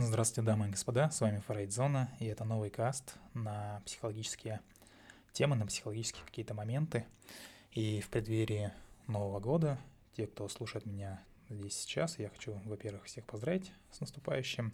Здравствуйте, дамы и господа, с вами Фрейдзона, и это новый каст на психологические темы, на психологические какие-то моменты. И в преддверии Нового года, те, кто слушает меня здесь сейчас, я хочу, во-первых, всех поздравить с наступающим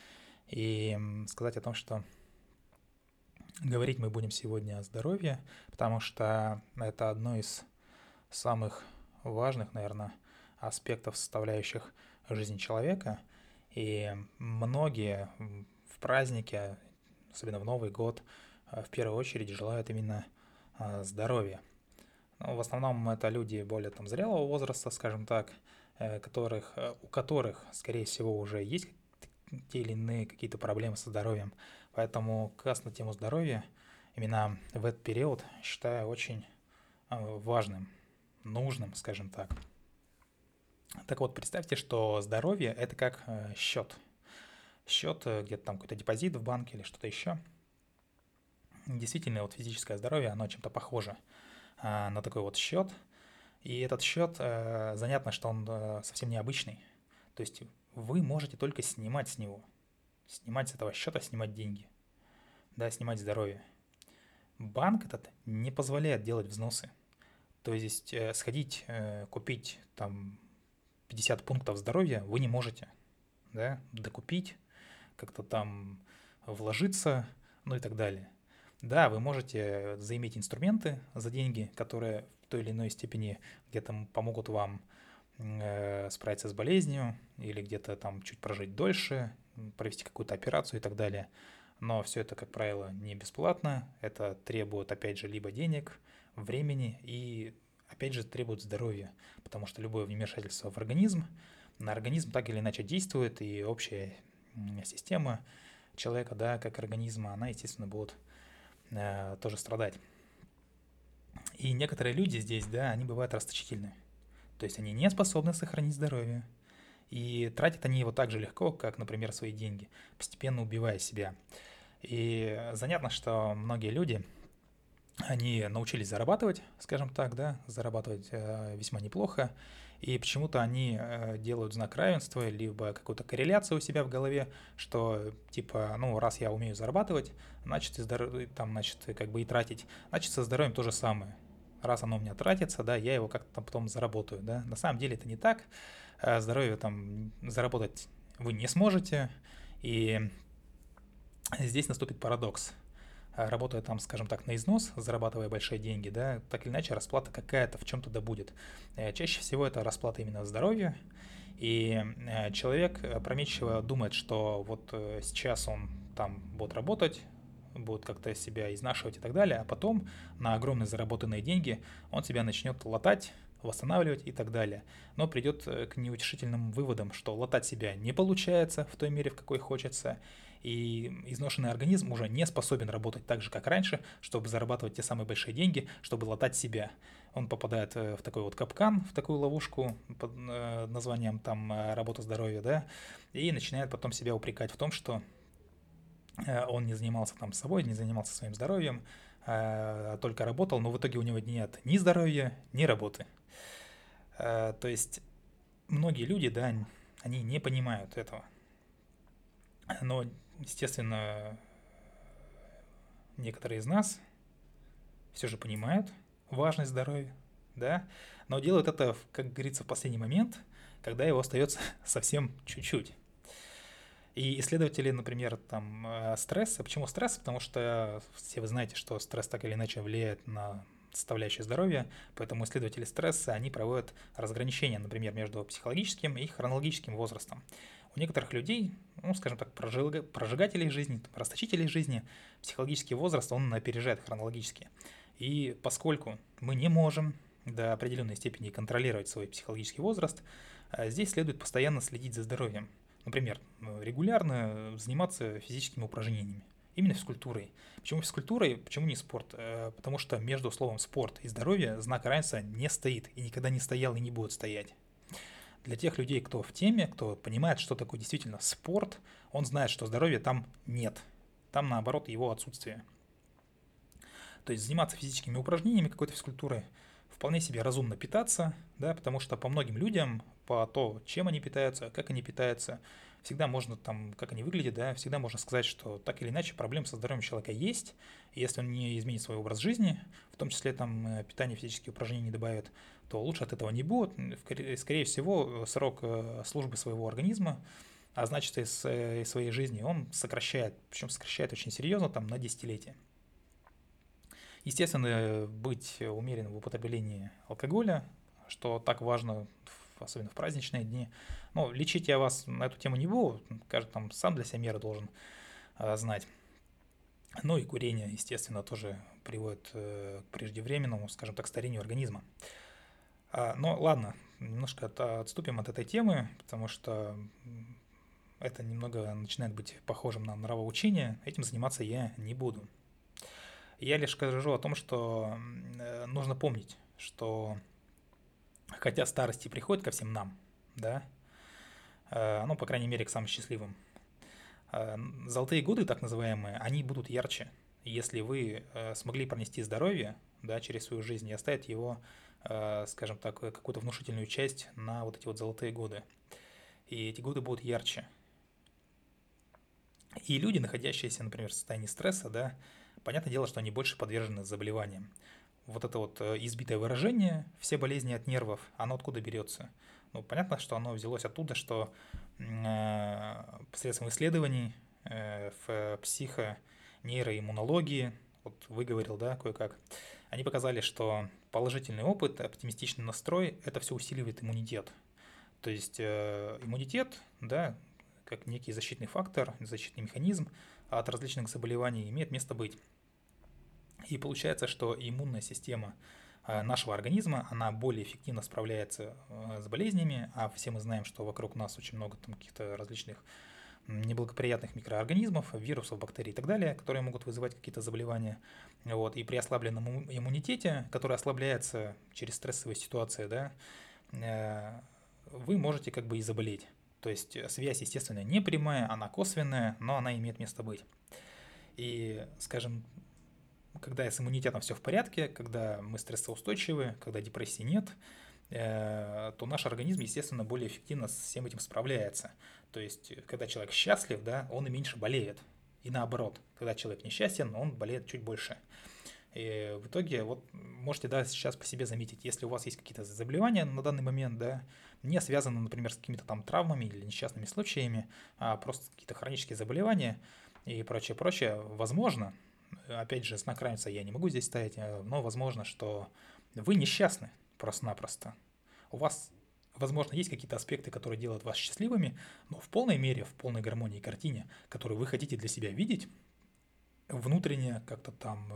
и сказать о том, что говорить мы будем сегодня о здоровье, потому что это одно из самых важных, наверное, аспектов, составляющих жизни человека. И многие в празднике, особенно в Новый год, в первую очередь желают именно здоровья. Ну, в основном это люди более там зрелого возраста, скажем так, у которых, скорее всего, уже есть те или иные какие-то проблемы со здоровьем. Поэтому каст на тему здоровья именно в этот период считаю очень важным, нужным, скажем так. Так вот, представьте, что здоровье – это как счет. Счет, где-то там какой-то депозит в банке или что-то еще. Действительно, вот физическое здоровье, оно чем-то похоже на такой вот счет. И этот счет, занятно, что он совсем необычный. То есть вы можете только снимать с него. Снимать с этого счета, снимать деньги. Да, снимать здоровье. Банк этот не позволяет делать взносы. То есть сходить, купить там 50 пунктов здоровья вы не можете, да, докупить, как-то там вложиться, ну и так далее. Да, вы можете заиметь инструменты за деньги, которые в той или иной степени где-то помогут вам справиться с болезнью или где-то там чуть прожить дольше, провести какую-то операцию и так далее. Но все это, как правило, не бесплатно. Это требует, опять же, либо денег, времени и, опять же, требует здоровья. Потому что любое вмешательство в организм, на организм так или иначе действует, и общая система человека, да, как организма, она, естественно, будет тоже страдать. И некоторые люди здесь, да, они бывают расточительны. То есть они не способны сохранить здоровье. И тратят они его так же легко, как, например, свои деньги, постепенно убивая себя. И занятно, что многие люди, они научились зарабатывать, скажем так, да, зарабатывать весьма неплохо, и почему-то они делают знак равенства, либо какую-то корреляцию у себя в голове, что типа, ну, раз я умею зарабатывать, значит, там, значит, как бы и тратить, значит, со здоровьем то же самое. Раз оно у меня тратится, да, я его как-то потом заработаю, да. На самом деле это не так. Здоровье там заработать вы не сможете, и здесь наступит парадокс. Работая там, скажем так, на износ, зарабатывая большие деньги, да, так или иначе расплата какая-то в чем-то да будет. Чаще всего это расплата именно здоровья, и человек опрометчиво думает, что вот сейчас он там будет работать, будет как-то себя изнашивать и так далее, а потом на огромные заработанные деньги он себя начнет латать, восстанавливать и так далее. Но придет к неутешительным выводам, что латать себя не получается в той мере, в какой хочется, и изношенный организм уже не способен работать так же, как раньше, чтобы зарабатывать те самые большие деньги, чтобы латать себя. Он попадает в такой вот капкан, в такую ловушку под названием там работа здоровья, да, и начинает потом себя упрекать в том, что он не занимался там собой, не занимался своим здоровьем, а только работал, но в итоге у него нет ни здоровья, ни работы. То есть многие люди, да, они не понимают этого. Но, естественно, некоторые из нас все же понимают важность здоровья, да, но делают это, как говорится, в последний момент, когда его остается совсем чуть-чуть. И исследователи, например, там стресса. Почему стресс? Потому что все вы знаете, что стресс так или иначе влияет на составляющие здоровья, поэтому исследователи стресса, они проводят разграничение, например, между психологическим и хронологическим возрастом. У некоторых людей, ну, скажем так, прожигателей жизни, расточителей жизни, психологический возраст, он опережает хронологически. И поскольку мы не можем до определенной степени контролировать свой психологический возраст, здесь следует постоянно следить за здоровьем. Например, регулярно заниматься физическими упражнениями. Именно физкультурой. Почему физкультурой, почему не спорт? Потому что между словом спорт и здоровье знак равенства не стоит и никогда не стоял и не будет стоять. Для тех людей, кто в теме, кто понимает, что такое действительно спорт, он знает, что здоровья там нет. Там, наоборот, его отсутствие. То есть заниматься физическими упражнениями, какой-то физкультурой, вполне себе разумно питаться, да, потому что по многим людям, по то, чем они питаются, как они питаются. Всегда можно там, как они выглядят, да, всегда можно сказать, что так или иначе проблем со здоровьем человека есть. И если он не изменит свой образ жизни, в том числе там питание, физические упражнения не добавит, то лучше от этого не будет. Скорее всего, срок службы своего организма, а значит из своей жизни он сокращает, причем сокращает очень серьезно, там на десятилетия. Естественно, быть умеренным в употреблении алкоголя, что так важно, особенно в праздничные дни. Но лечить я вас на эту тему не буду, каждый там сам для себя меры должен знать. Ну и курение, естественно, тоже приводит к преждевременному, скажем так, старению организма. Но ладно, немножко отступим от этой темы, потому что это немного начинает быть похожим на нравоучение. Этим заниматься я не буду. Я лишь скажу о том, что нужно помнить, что хотя старости приходит ко всем нам, да, ну, по крайней мере, к самым счастливым, золотые годы, так называемые, они будут ярче, если вы смогли пронести здоровье, да, через свою жизнь и оставить его, скажем так, какую-то внушительную часть на вот эти вот золотые годы. И эти годы будут ярче. И люди, находящиеся, например, в состоянии стресса, да, понятное дело, что они больше подвержены заболеваниям. Вот это вот избитое выражение «все болезни от нервов», оно откуда берется? Ну, понятно, что оно взялось оттуда, что посредством исследований в психонейроиммунологии, вот выговорил, да, кое-как, они показали, что положительный опыт, оптимистичный настрой – это все усиливает иммунитет. То есть иммунитет, да, как некий защитный фактор, защитный механизм от различных заболеваний имеет место быть. И получается, что иммунная система нашего организма, она более эффективно справляется с болезнями, а все мы знаем, что вокруг нас очень много там каких-то различных неблагоприятных микроорганизмов, вирусов, бактерий и так далее, которые могут вызывать какие-то заболевания. Вот. И при ослабленном иммунитете, который ослабляется через стрессовые ситуации, да, вы можете как бы и заболеть. То есть связь, естественно, не прямая, она косвенная, но она имеет место быть. И, скажем, когда с иммунитетом все в порядке, когда мы стрессоустойчивы, когда депрессии нет, то наш организм, естественно, более эффективно с всем этим справляется. То есть, когда человек счастлив, да, он и меньше болеет. И наоборот, когда человек несчастен, он болеет чуть больше. И в итоге, вот можете, да, сейчас по себе заметить, если у вас есть какие-то заболевания на данный момент, да, не связаны, например, с какими-то там травмами или несчастными случаями, а просто какие-то хронические заболевания и прочее, прочее, возможно, опять же, знак равенства я не могу здесь ставить, но возможно, что вы несчастны просто-напросто. У вас, возможно, есть какие-то аспекты, которые делают вас счастливыми, но в полной мере, в полной гармонии и картине, которую вы хотите для себя видеть, внутренне как-то там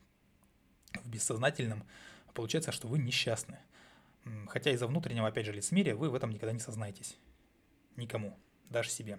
в бессознательном, получается, что вы несчастны. Хотя из-за внутреннего, опять же, лицемерия вы в этом никогда не сознаетесь. Никому, даже себе.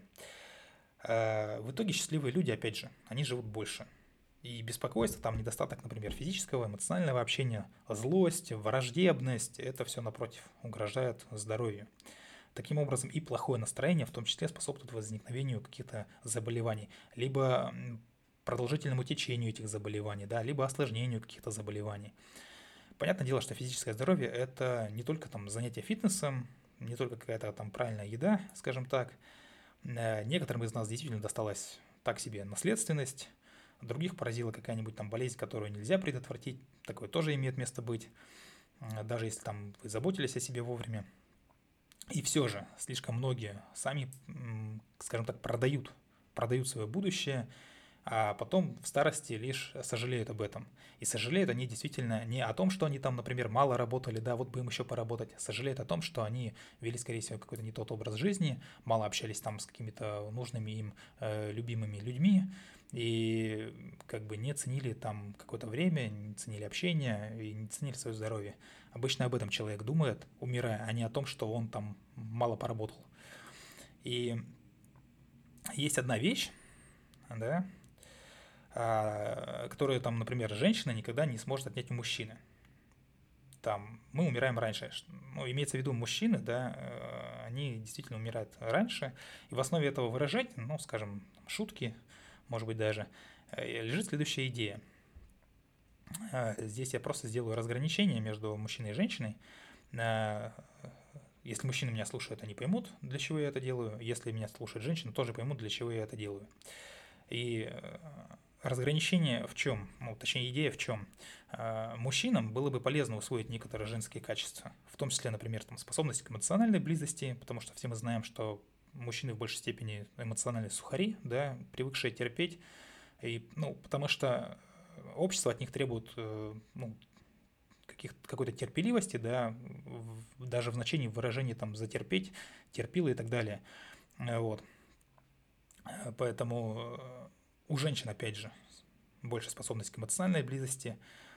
В итоге счастливые люди, опять же, они живут больше. И беспокойство, там недостаток, например, физического, эмоционального общения, злость, враждебность, это все, напротив, угрожает здоровью. Таким образом, и плохое настроение в том числе способствует возникновению каких-то заболеваний, либо продолжительному течению этих заболеваний, да, либо осложнению каких-то заболеваний. Понятное дело, что физическое здоровье – это не только там занятие фитнесом, не только какая-то там правильная еда, скажем так. Некоторым из нас действительно досталась так себе наследственность, других поразила какая-нибудь там болезнь, которую нельзя предотвратить, такое тоже имеет место быть, даже если там вы заботились о себе вовремя. И все же слишком многие сами, скажем так, продают свое будущее, а потом в старости лишь сожалеют об этом. И сожалеют они действительно не о том, что они там, например, мало работали, да, вот бы им еще поработать, сожалеют о том, что они вели, скорее всего, какой-то не тот образ жизни, мало общались там с какими-то нужными им любимыми людьми, и как бы не ценили там какое-то время, не ценили общение и не ценили свое здоровье. Обычно об этом человек думает, умирая, а не о том, что он там мало поработал. И есть одна вещь, да, которые там, например, женщина никогда не сможет отнять у мужчины. Там мы умираем раньше. Ну, имеется в виду мужчины, да, они действительно умирают раньше. И в основе этого выражения, ну, скажем, шутки, может быть, даже, лежит следующая идея. Здесь я просто сделаю разграничение между мужчиной и женщиной. Если мужчины меня слушают, они поймут, для чего я это делаю. Если меня слушают женщины, тоже поймут, для чего я это делаю. И разграничение в чем? Ну, точнее, идея в чем? Мужчинам было бы полезно усвоить некоторые женские качества, в том числе, например, там, способность к эмоциональной близости, потому что все мы знаем, что мужчины в большей степени эмоциональные сухари, да, привыкшие терпеть, и, ну, потому что общество от них требует ну, какой-то терпеливости, да, даже в значении выражения там затерпеть, терпила и так далее. Вот. Поэтому у женщин, опять же, больше способность к эмоциональной близости,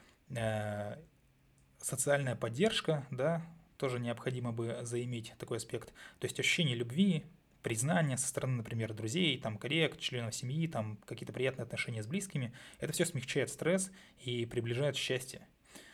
социальная поддержка, да, тоже необходимо бы заиметь такой аспект. То есть ощущение любви, признания со стороны, например, друзей, там, коллег, членов семьи, там, какие-то приятные отношения с близкими. Это все смягчает стресс и приближает счастье.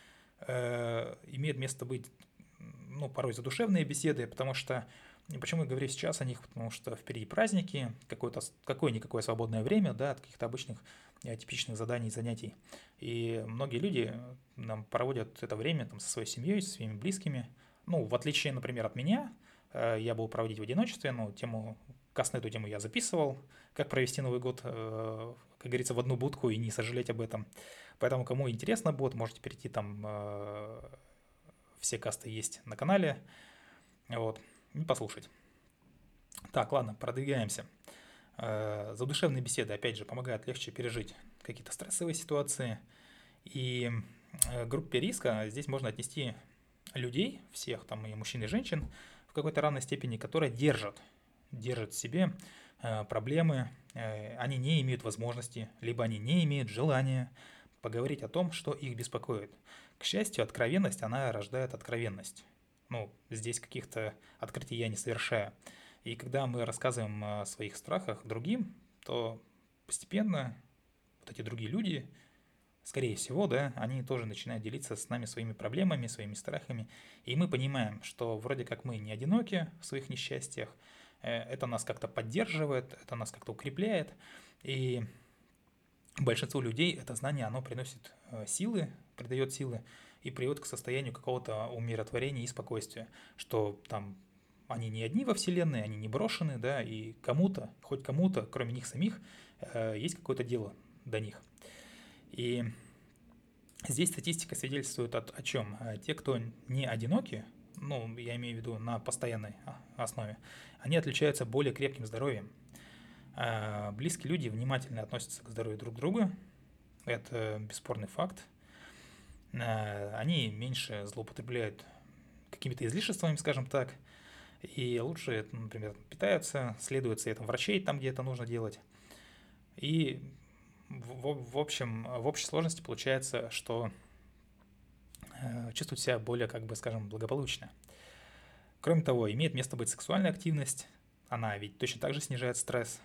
Имеет место быть, ну, порой задушевные беседы, потому что почему я говорю сейчас о них? Потому что впереди праздники, какое-никакое свободное время, да, от каких-то обычных типичных заданий, занятий. И многие люди нам проводят это время там, со своей семьей, со своими близкими. Ну, в отличие, например, от меня, я был проводить в одиночестве, но эту тему я записывал, как провести Новый год, как говорится, в одну будку и не сожалеть об этом. Поэтому, кому интересно будет, можете перейти там, все касты есть на канале, вот, и послушать. Так, ладно, продвигаемся. Задушевные беседы, опять же, помогают легче пережить какие-то стрессовые ситуации. И к группе риска здесь можно отнести людей, всех, там и мужчин, и женщин, в какой-то равной степени, которые держат в себе проблемы, они не имеют возможности, либо они не имеют желания поговорить о том, что их беспокоит. К счастью, откровенность, она рождает откровенность. Ну, здесь каких-то открытий я не совершаю. И когда мы рассказываем о своих страхах другим, то постепенно вот эти другие люди, скорее всего, да, они тоже начинают делиться с нами своими проблемами, своими страхами. И мы понимаем, что вроде как мы не одиноки в своих несчастьях, это нас как-то поддерживает, это нас как-то укрепляет. И большинству людей это знание, оно приносит силы, придает силы и приводит к состоянию какого-то умиротворения и спокойствия, что там они не одни во Вселенной, они не брошены, да, и кому-то, хоть кому-то, кроме них самих, есть какое-то дело до них. И здесь статистика свидетельствует о чем? Те, кто не одиноки, ну, я имею в виду на постоянной основе, они отличаются более крепким здоровьем. Близкие люди внимательно относятся к здоровью друг друга, это бесспорный факт. Они меньше злоупотребляют какими-то излишествами, скажем так, и лучше, например, питаются, следуют советам врачей там, где это нужно делать. И в общем, в общей сложности получается, что чувствуют себя более, как бы, скажем, благополучно. Кроме того, имеет место быть сексуальная активность, она ведь точно так же снижает стресс.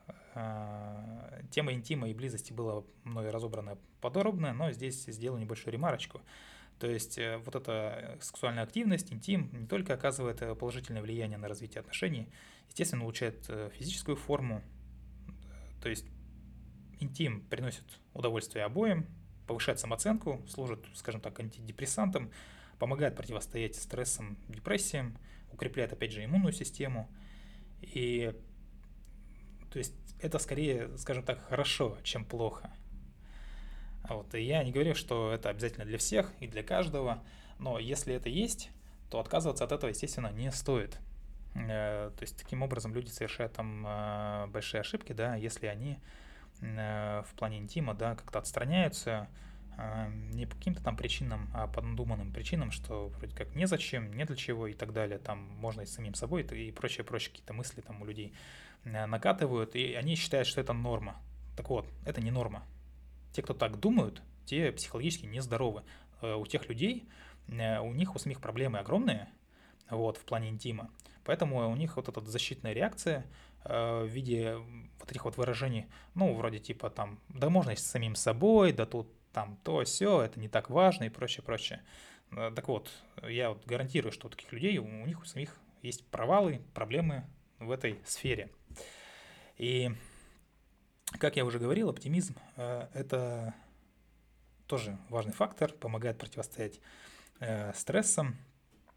Тема интима и близости была мной разобрана подробно, но здесь сделаю небольшую ремарочку. То есть вот эта сексуальная активность, интим не только оказывает положительное влияние на развитие отношений, естественно, улучшает физическую форму. То есть интим приносит удовольствие обоим, повышает самооценку, служит, скажем так, антидепрессантом, помогает противостоять стрессам, депрессиям, укрепляет, опять же, иммунную систему. И то есть это скорее, скажем так, хорошо, чем плохо. Вот. И я не говорю, что это обязательно для всех и для каждого, но если это есть, то отказываться от этого, естественно, не стоит. То есть таким образом люди совершают там большие ошибки, да, если они в плане интима, да, как-то отстраняются не по каким-то там причинам, а по надуманным причинам, что вроде как незачем, не для чего и так далее, там можно и с самим собой и прочие какие-то мысли там у людей накатывают, и они считают, что это норма. Так вот, это не норма. Те, кто так думают, те психологически нездоровы. У тех людей, у них у самих проблемы огромные, вот, в плане интима. Поэтому у них вот эта защитная реакция в виде вот этих вот выражений, ну, вроде типа там, да можно и с самим собой, да тут там то, сё, это не так важно и прочее, прочее. Так вот, я вот гарантирую, что у таких людей, у них у самих есть провалы, проблемы в этой сфере. И, как я уже говорил, оптимизм это тоже важный фактор, помогает противостоять стрессам.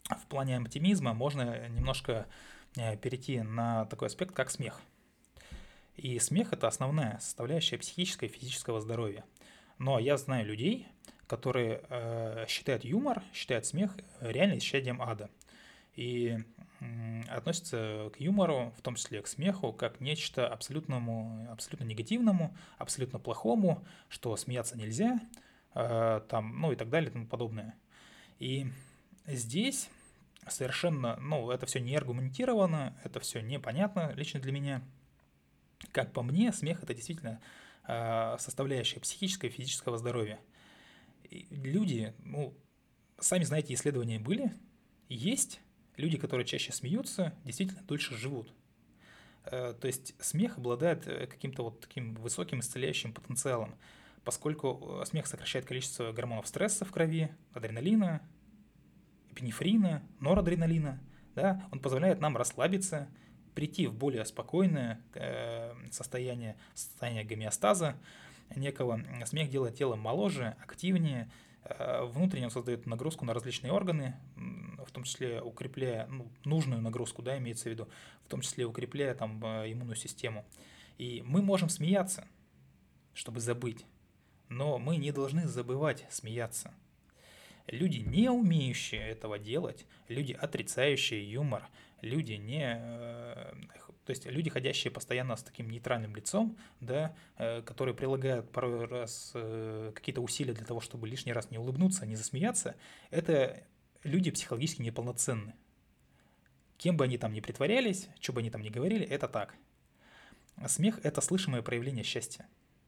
в плане оптимизма можно немножко перейти на такой аспект, как смех. И смех – это основная составляющая психического и физического здоровья. Но я знаю людей, которые считают юмор, считают смех реально исчадием ада. И относятся к юмору, в том числе к смеху, как нечто абсолютно негативному, абсолютно плохому, что смеяться нельзя, там, ну и так далее и тому подобное. И здесь совершенно, ну, это все не аргументировано, это все непонятно лично для меня. Как по мне, смех – это действительно составляющая психического и физического здоровья. И люди, ну, сами знаете, исследования были, есть люди, которые чаще смеются, действительно дольше живут. То есть смех обладает каким-то вот таким высоким исцеляющим потенциалом, поскольку смех сокращает количество гормонов стресса в крови, адреналина, эпинефрина, норадреналина, да, он позволяет нам расслабиться, прийти в более спокойное состояние гомеостаза некого. Смех делает тело моложе, активнее, внутренне он создает нагрузку на различные органы, в том числе укрепляя, ну, нужную нагрузку, да, имеется в виду, в том числе укрепляя там иммунную систему. И мы можем смеяться, чтобы забыть, но мы не должны забывать смеяться. Люди, не умеющие этого делать, люди, отрицающие юмор, люди, то есть люди, ходящие постоянно с таким нейтральным лицом, да, которые прилагают порой раз какие-то усилия для того, чтобы лишний раз не улыбнуться, не засмеяться, это люди психологически неполноценны. Кем бы они там ни притворялись, что бы они там ни говорили, это так. Смех – это слышимое проявление счастья.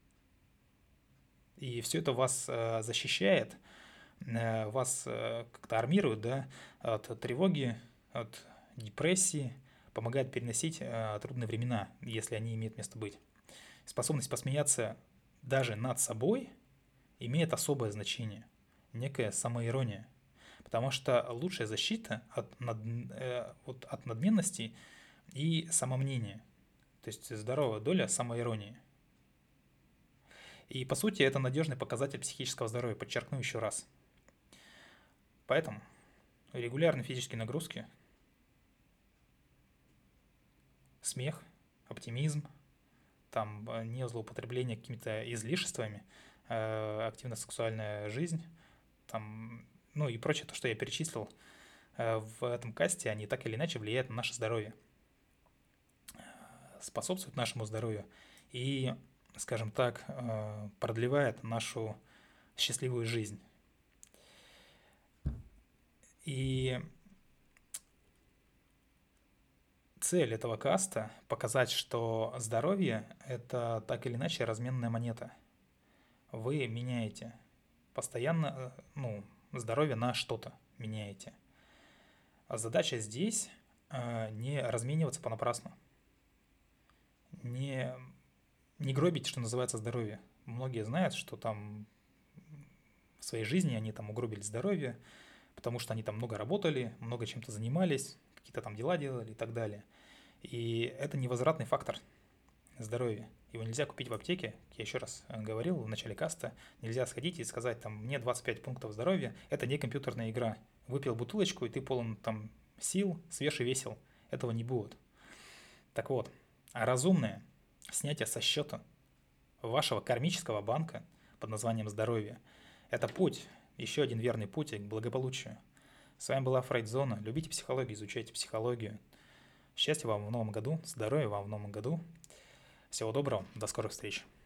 И все это вас защищает, вас как-то армирует, да, от тревоги, от депрессии, помогает переносить трудные времена, если они имеют место быть. Способность посмеяться даже над собой имеет особое значение, некая самоирония, потому что лучшая защита от надменности и самомнения, то есть здоровая доля самоиронии. И по сути это надежный показатель психического здоровья, подчеркну еще раз. Поэтому регулярные физические нагрузки, смех, оптимизм, там не злоупотребление какими-то излишествами, активная сексуальная жизнь, там, ну и прочее, то, что я перечислил в этом касте, они так или иначе влияют на наше здоровье, способствуют нашему здоровью и, скажем так, продлевают нашу счастливую жизнь. И цель этого каста – показать, что здоровье – это так или иначе разменная монета. Вы меняете постоянно, ну, здоровье на что-то меняете. А задача здесь не размениваться понапрасну, не гробить, что называется, здоровье. Многие знают, что там в своей жизни они там угробили здоровье, потому что они там много работали, много чем-то занимались, какие-то там дела делали и так далее. И это невозвратный фактор здоровья. Его нельзя купить в аптеке, я еще раз говорил в начале каста, нельзя сходить и сказать, там, мне 25 пунктов здоровья, это не компьютерная игра. Выпил бутылочку, и ты полон там сил, свеж и весел. Этого не будет. Так вот, разумное снятие со счета вашего кармического банка под названием здоровье – это путь, еще один верный путь к благополучию. С вами была Фрейд-зона. Любите психологию, изучайте психологию. Счастья вам в новом году, здоровья вам в новом году. Всего доброго, до скорых встреч.